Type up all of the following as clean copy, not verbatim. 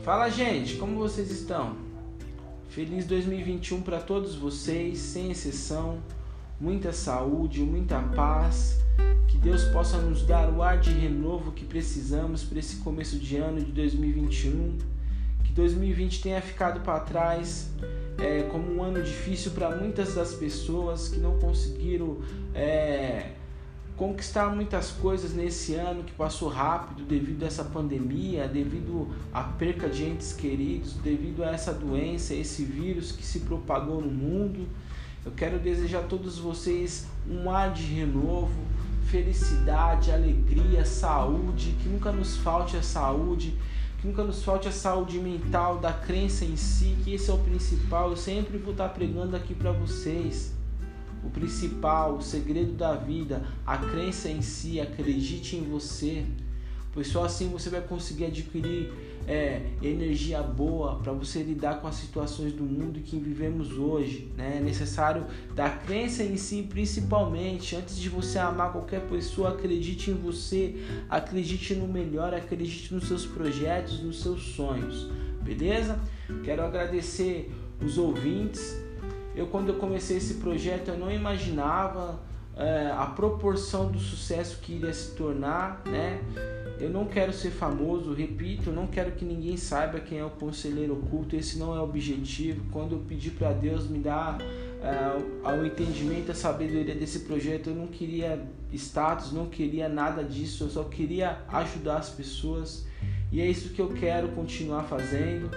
Fala, gente, como vocês estão? Feliz 2021 para todos vocês, sem exceção. Muita saúde, muita paz. Que Deus possa nos dar o ar de renovo que precisamos para esse começo de ano de 2021. Que 2020 tenha ficado para trás como um ano difícil para muitas das pessoas que não conseguiram conquistar muitas coisas nesse ano que passou rápido devido a essa pandemia, devido à perca de entes queridos, devido a essa doença, esse vírus que se propagou no mundo. Eu quero desejar a todos vocês um ar de renovo, felicidade, alegria, saúde, que nunca nos falte a saúde, que nunca nos falte a saúde mental, da crença em si, que esse é o principal. Eu sempre vou estar pregando aqui para vocês. O principal, o segredo da vida, a crença em si, acredite em você, pois só assim você vai conseguir adquirir energia boa para você lidar com as situações do mundo que vivemos hoje, né? É necessário da crença em si, principalmente. Antes de você amar qualquer pessoa, acredite em você, acredite no melhor, acredite nos seus projetos, nos seus sonhos, beleza? Quero agradecer os ouvintes. Quando eu comecei esse projeto, eu não imaginava a proporção do sucesso que iria se tornar, né? Eu não quero ser famoso, repito, eu não quero que ninguém saiba quem é o Conselheiro Oculto. Esse não é o objetivo. Quando eu pedi para Deus me dar ao entendimento, a sabedoria desse projeto, eu não queria status, não queria nada disso, eu só queria ajudar as pessoas, e é isso que eu quero continuar fazendo.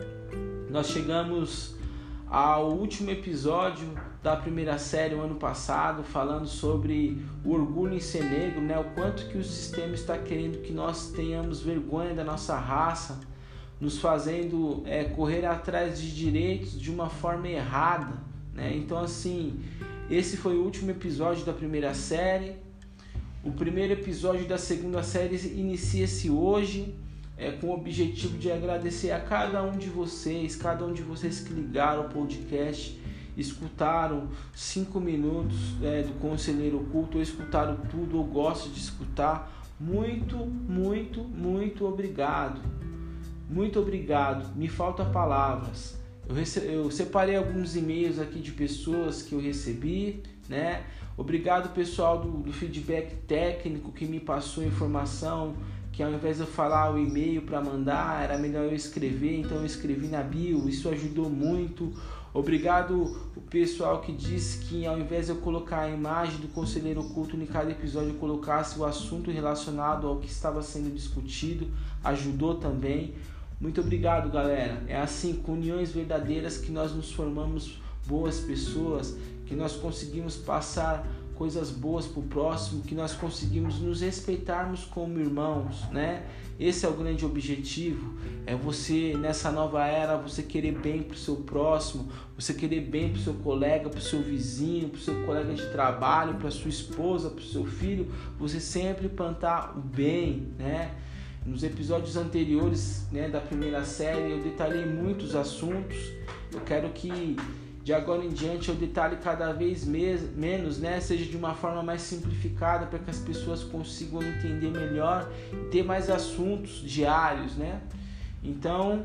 Nós chegamos ao último episódio da primeira série, o ano passado, falando sobre o orgulho em ser negro, né? O quanto que o sistema está querendo que nós tenhamos vergonha da nossa raça, nos fazendo correr atrás de direitos de uma forma errada, né? Então, assim, esse foi o último episódio da primeira série. O primeiro episódio da segunda série inicia-se hoje, com o objetivo de agradecer a cada um de vocês que ligaram ao podcast, escutaram 5 minutos do Conselheiro Oculto, ou escutaram tudo, ou gostam de escutar. Muito, muito, muito obrigado. Muito obrigado. Me faltam palavras. Eu separei alguns e-mails aqui de pessoas que eu recebi, né? Obrigado, pessoal do feedback técnico, que me passou informação que ao invés de eu falar o e-mail para mandar, era melhor eu escrever, então eu escrevi na bio, isso ajudou muito. Obrigado o pessoal que disse que ao invés de eu colocar a imagem do Conselheiro Oculto em cada episódio, eu colocasse o assunto relacionado ao que estava sendo discutido, ajudou também. Muito obrigado, galera. É assim, com uniões verdadeiras, que nós nos formamos boas pessoas, que nós conseguimos passar coisas boas para o próximo, que nós conseguimos nos respeitarmos como irmãos, né? Esse é o grande objetivo, é você, nessa nova era, você querer bem para o seu próximo, você querer bem para o seu colega, para o seu vizinho, para o seu colega de trabalho, para a sua esposa, para o seu filho, você sempre plantar o bem, né? Nos episódios anteriores, né, da primeira série, eu detalhei muitos assuntos. Eu quero que de agora em diante eu detalhe cada vez menos, né? Seja de uma forma mais simplificada, para que as pessoas consigam entender melhor e ter mais assuntos diários, né? Então,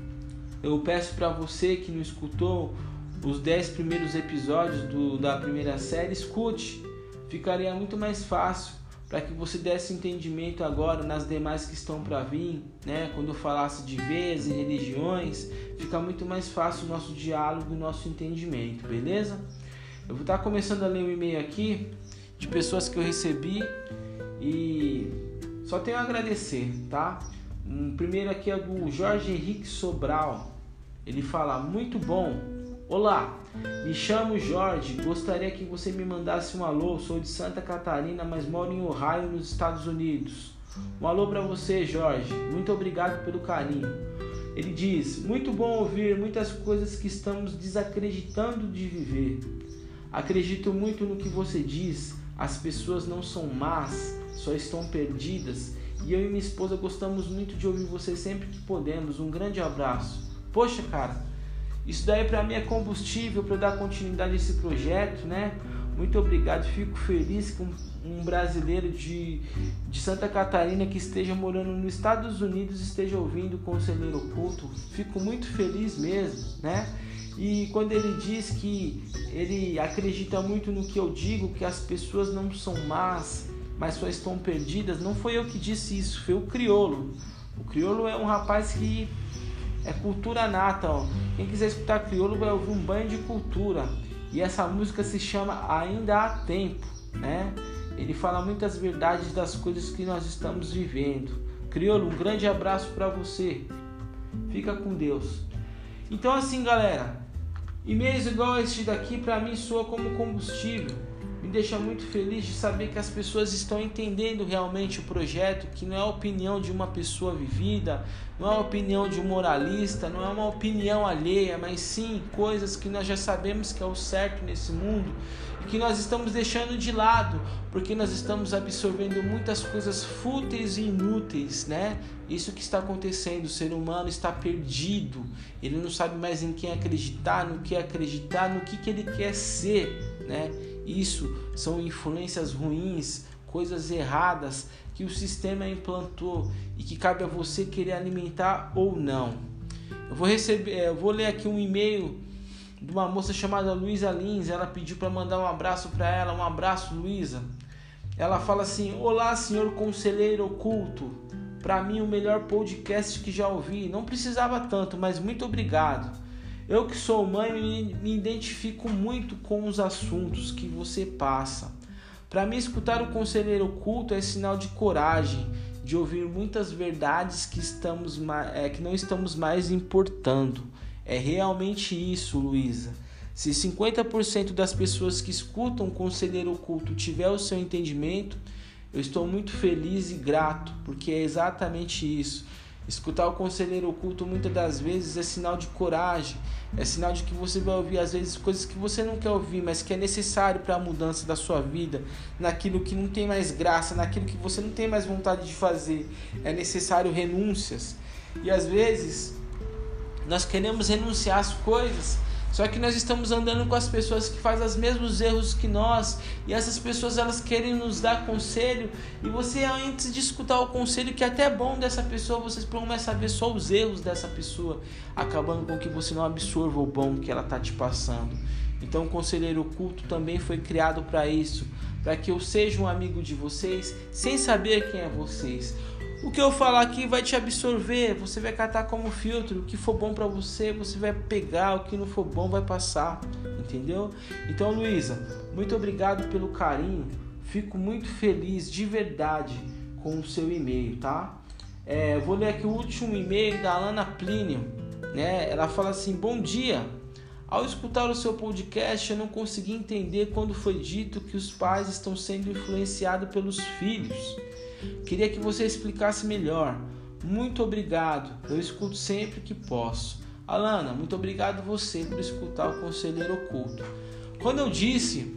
eu peço para você que não escutou os 10 primeiros episódios da primeira série, escute. Ficaria muito mais fácil para que você desse entendimento agora nas demais que estão para vir, né? Quando eu falasse de veias e religiões, fica muito mais fácil o nosso diálogo e o nosso entendimento, beleza? Eu vou estar começando a ler um e-mail aqui de pessoas que eu recebi e só tenho a agradecer, tá? O primeiro aqui é do Jorge Henrique Sobral. Ele fala: muito bom. Olá, me chamo Jorge, gostaria que você me mandasse um alô, sou de Santa Catarina, mas moro em Ohio, nos Estados Unidos. Um alô para você, Jorge, muito obrigado pelo carinho. Ele diz: muito bom ouvir muitas coisas que estamos desacreditando de viver. Acredito muito no que você diz, as pessoas não são más, só estão perdidas, e eu e minha esposa gostamos muito de ouvir você sempre que podemos. Um grande abraço. Poxa, cara, isso daí para mim é combustível para eu dar continuidade a esse projeto, né? Muito obrigado, fico feliz que um brasileiro de Santa Catarina que esteja morando nos Estados Unidos esteja ouvindo o Conselheiro Oculto. Fico muito feliz mesmo, né? E quando ele diz que ele acredita muito no que eu digo, que as pessoas não são más, mas só estão perdidas, não foi eu que disse isso, foi o Criolo. O Criolo é um rapaz que é cultura nata, ó. Quem quiser escutar Criolo vai ouvir um banho de cultura. E essa música se chama Ainda Há Tempo, né? Ele fala muitas verdades das coisas que nós estamos vivendo. Criolo, um grande abraço para você. Fica com Deus. Então assim, galera, e-mails igual este daqui para mim soa como combustível. Me deixa muito feliz de saber que as pessoas estão entendendo realmente o projeto, que não é a opinião de uma pessoa vivida, não é a opinião de um moralista, não é uma opinião alheia, mas sim coisas que nós já sabemos que é o certo nesse mundo e que nós estamos deixando de lado, porque nós estamos absorvendo muitas coisas fúteis e inúteis, né? Isso que está acontecendo, o ser humano está perdido, ele não sabe mais em quem acreditar, no que ele quer ser, né? Isso são influências ruins, coisas erradas que o sistema implantou e que cabe a você querer alimentar ou não. Eu vou ler aqui um e-mail de uma moça chamada Luísa Lins. Ela pediu para mandar um abraço para ela. Um abraço, Luísa. Ela fala assim: olá, senhor Conselheiro Oculto. Para mim, o melhor podcast que já ouvi. Não precisava tanto, mas muito obrigado. Eu que sou mãe me identifico muito com os assuntos que você passa. Para mim, escutar o Conselheiro Oculto é sinal de coragem, de ouvir muitas verdades que não estamos mais importando. É realmente isso, Luísa. Se 50% das pessoas que escutam o Conselheiro Oculto tiver o seu entendimento, eu estou muito feliz e grato, porque é exatamente isso. Escutar o Conselheiro Oculto muitas das vezes é sinal de coragem, é sinal de que você vai ouvir às vezes coisas que você não quer ouvir, mas que é necessário para a mudança da sua vida, naquilo que não tem mais graça, naquilo que você não tem mais vontade de fazer. É necessário renúncias. E às vezes nós queremos renunciar às coisas, só que nós estamos andando com as pessoas que fazem os mesmos erros que nós, e essas pessoas elas querem nos dar conselho, e você, antes de escutar o conselho que até é bom dessa pessoa, você começa a ver só os erros dessa pessoa, acabando com que você não absorva o bom que ela está te passando. Então o Conselheiro Oculto também foi criado para isso, para que eu seja um amigo de vocês sem saber quem é vocês. O que eu falar aqui vai te absorver, você vai catar como filtro. O que for bom para você, você vai pegar, o que não for bom vai passar, entendeu? Então, Luísa, muito obrigado pelo carinho, fico muito feliz de verdade com o seu e-mail, tá? Vou ler aqui o último e-mail da Alana Plínio, né? Ela fala assim: bom dia, ao escutar o seu podcast eu não consegui entender quando foi dito que os pais estão sendo influenciados pelos filhos. Queria que você explicasse melhor. Muito obrigado. Eu escuto sempre que posso. Alana, muito obrigado você por escutar o Conselheiro Oculto. Quando eu disse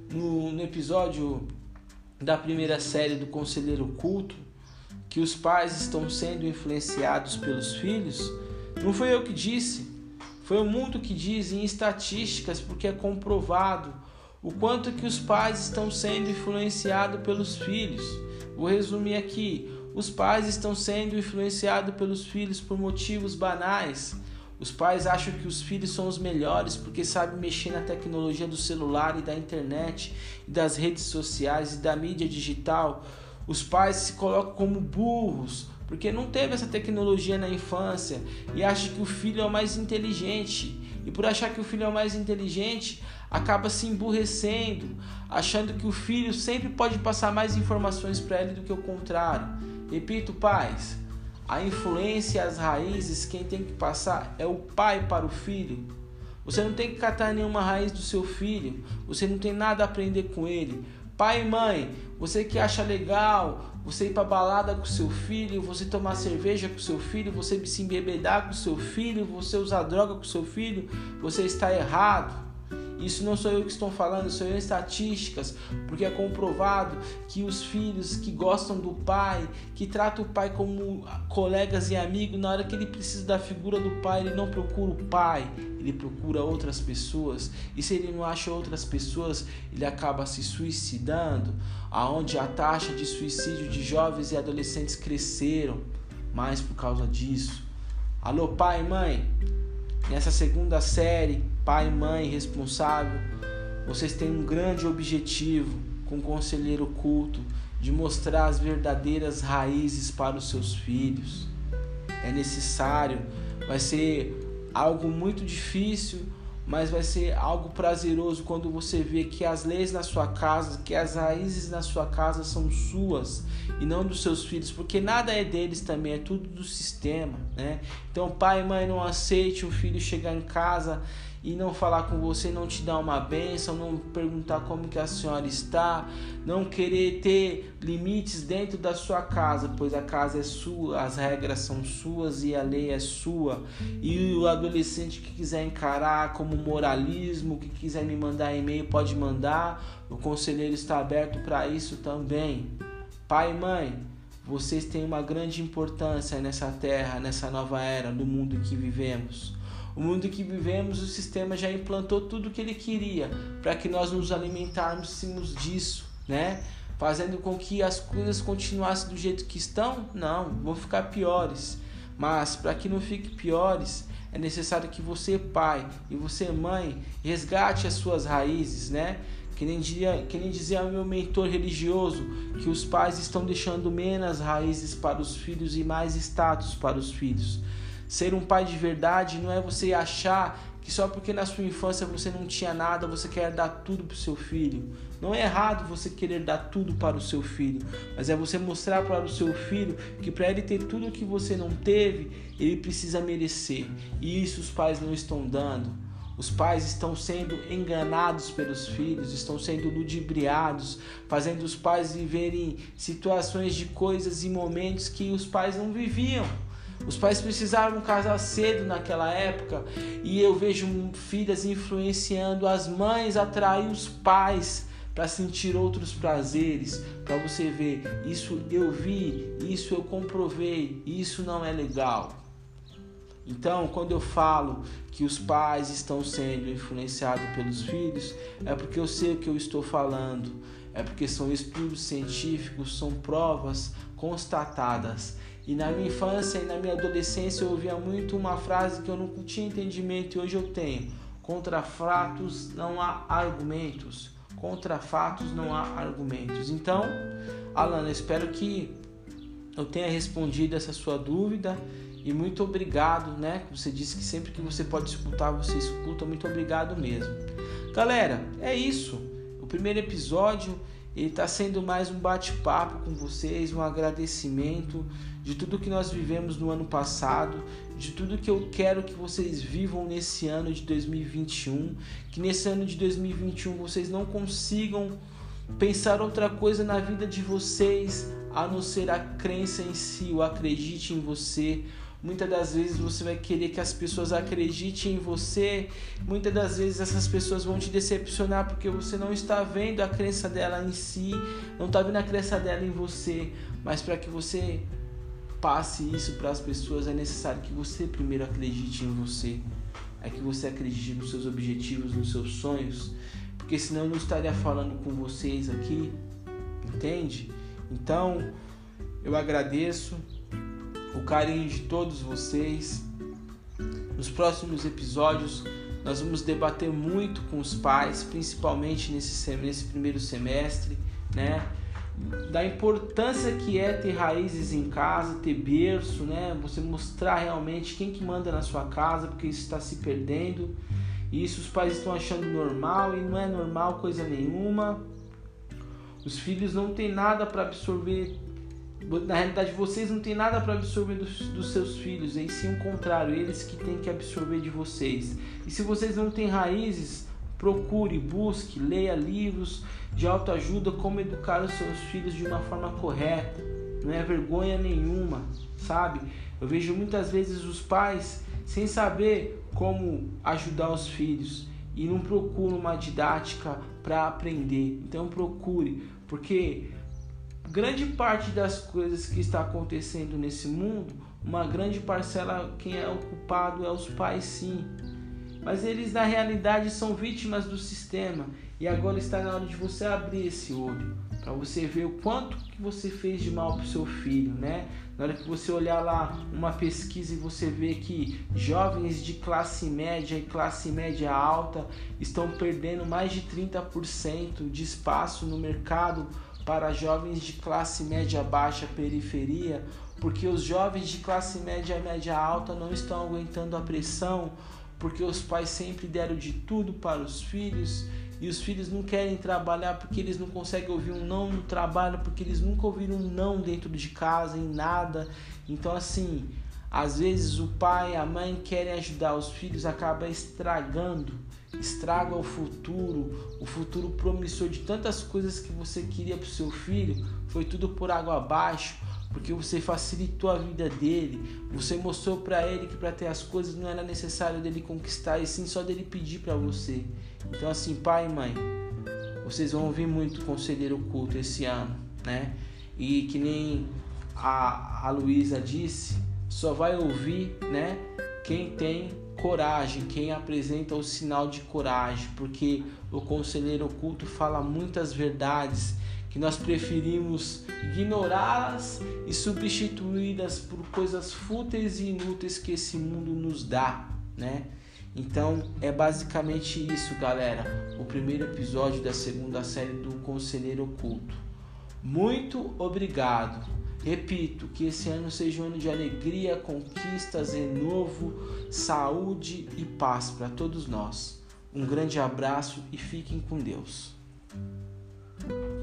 no episódio da primeira série do Conselheiro Oculto que os pais estão sendo influenciados pelos filhos, não foi eu que disse. Foi o mundo que diz em estatísticas, porque é comprovado o quanto que os pais estão sendo influenciados pelos filhos. Vou resumir aqui: os pais estão sendo influenciados pelos filhos por motivos banais. Os pais acham que os filhos são os melhores porque sabem mexer na tecnologia do celular e da internet, e das redes sociais e da mídia digital. Os pais se colocam como burros porque não teve essa tecnologia na infância e acham que o filho é o mais inteligente. E por achar que o filho é o mais inteligente, acaba se emburrecendo, achando que o filho sempre pode passar mais informações para ele do que o contrário. Repito, pais, a influência e as raízes, quem tem que passar é o pai para o filho. Você não tem que catar nenhuma raiz do seu filho, você não tem nada a aprender com ele. Pai e mãe, você que acha legal você ir para balada com seu filho, você tomar cerveja com seu filho, você se embebedar com seu filho, você usar droga com seu filho, você está errado. Isso não sou eu que estou falando, são estatísticas, porque é comprovado que os filhos que gostam do pai, que tratam o pai como colegas e amigos, na hora que ele precisa da figura do pai, ele não procura o pai, ele procura outras pessoas. E se ele não acha outras pessoas, ele acaba se suicidando, aonde a taxa de suicídio de jovens e adolescentes cresceram mais por causa disso. Alô, pai e mãe, nessa segunda série, pai e mãe responsável, vocês têm um grande objetivo com o conselheiro culto de mostrar as verdadeiras raízes para os seus filhos. É necessário, vai ser algo muito difícil, mas vai ser algo prazeroso quando você vê que as leis na sua casa, que as raízes na sua casa são suas e não dos seus filhos, porque nada é deles também, é tudo do sistema, né? Então, pai e mãe, não aceite um filho chegar em casa e não falar com você, não te dar uma bênção, não perguntar como que a senhora está, não querer ter limites dentro da sua casa, pois a casa é sua, as regras são suas e a lei é sua. E o adolescente que quiser encarar como moralismo, que quiser me mandar e-mail, pode mandar, o conselheiro está aberto para isso também. Pai e mãe, vocês têm uma grande importância nessa terra, nessa nova era, no mundo em que vivemos. O mundo que vivemos, o sistema já implantou tudo o que ele queria para que nós nos alimentássemos disso, né? Fazendo com que as coisas continuassem do jeito que estão? Não, vão ficar piores. Mas para que não fique piores, é necessário que você, pai, e você, mãe, resgate as suas raízes, né? Que nem dizia o meu mentor religioso, que os pais estão deixando menos raízes para os filhos e mais status para os filhos. Ser um pai de verdade não é você achar que só porque na sua infância você não tinha nada, você quer dar tudo para o seu filho. Não é errado você querer dar tudo para o seu filho, mas é você mostrar para o seu filho que para ele ter tudo que você não teve, ele precisa merecer. E isso os pais não estão dando. Os pais estão sendo enganados pelos filhos, estão sendo ludibriados, fazendo os pais viverem situações de coisas e momentos que os pais não viviam. Os pais precisavam casar cedo naquela época e eu vejo filhas influenciando as mães a atrair os pais para sentir outros prazeres, para você ver, isso eu vi, isso eu comprovei, isso não é legal. Então, quando eu falo que os pais estão sendo influenciados pelos filhos, é porque eu sei o que eu estou falando, é porque são estudos científicos, são provas constatadas. E na minha infância e na minha adolescência eu ouvia muito uma frase que eu não tinha entendimento e hoje eu tenho: contra fatos não há argumentos. Contra fatos não há argumentos. Então, Alan, eu espero que eu tenha respondido essa sua dúvida e muito obrigado, né? Você disse que sempre que você pode escutar, você escuta. Muito obrigado mesmo. Galera, é isso. O primeiro episódio ele está sendo mais um bate-papo com vocês, um agradecimento de tudo que nós vivemos no ano passado, de tudo que eu quero que vocês vivam nesse ano de 2021, que nesse ano de 2021 vocês não consigam pensar outra coisa na vida de vocês a não ser a crença em si, o acredite em você. Muitas das vezes você vai querer que as pessoas acreditem em você. Muitas das vezes essas pessoas vão te decepcionar porque você não está vendo a crença dela em si, não está vendo a crença dela em você. Mas para que você passe isso para as pessoas é necessário que você primeiro acredite em você. É que você acredite nos seus objetivos, nos seus sonhos. Porque senão eu não estaria falando com vocês aqui, entende? Então eu agradeço o carinho de todos vocês. Nos próximos episódios nós vamos debater muito com os pais, principalmente nesse primeiro semestre, né? Da importância que é ter raízes em casa, ter berço, né? Você mostrar realmente quem que manda na sua casa, porque isso está se perdendo. E isso os pais estão achando normal e não é normal coisa nenhuma. Os filhos não têm nada para absorver. Na realidade, vocês não têm nada para absorver dos seus filhos, e sim o contrário, eles que têm que absorver de vocês. E se vocês não têm raízes, procure, busque, leia livros de autoajuda, como educar os seus filhos de uma forma correta. Não é vergonha nenhuma, sabe? Eu vejo muitas vezes os pais sem saber como ajudar os filhos. e não procura uma didática para aprender. Então procure, porque grande parte das coisas que está acontecendo nesse mundo, uma grande parcela, quem é o culpado é os pais, sim. Mas eles na realidade são vítimas do sistema. E agora está na hora de você abrir esse olho, para você ver o quanto que você fez de mal para o seu filho, né? Na hora que você olhar lá uma pesquisa e você vê que jovens de classe média e classe média alta estão perdendo mais de 30% de espaço no mercado para jovens de classe média baixa, periferia, porque os jovens de classe média e média alta não estão aguentando a pressão, porque os pais sempre deram de tudo para os filhos e os filhos não querem trabalhar porque eles não conseguem ouvir um não no trabalho, porque eles nunca ouviram um não dentro de casa, em nada. Então assim, às vezes o pai e a mãe querem ajudar os filhos, acaba estraga o futuro promissor de tantas coisas que você queria para o seu filho, foi tudo por água abaixo, porque você facilitou a vida dele, você mostrou para ele que para ter as coisas não era necessário dele conquistar, e sim só dele pedir para você. Então assim, pai e mãe, vocês vão ouvir muito Conselheiro Oculto esse ano, né? E que nem a Luísa disse, só vai ouvir, né, quem tem coragem, quem apresenta o sinal de coragem, porque o Conselheiro Oculto fala muitas verdades que nós preferimos ignorá-las e substituí-las por coisas fúteis e inúteis que esse mundo nos dá, né? Então é basicamente isso, galera, o primeiro episódio da segunda série do Conselheiro Oculto. Muito obrigado. Repito, que esse ano seja um ano de alegria, conquistas, renovo, saúde e paz para todos nós. Um grande abraço e fiquem com Deus.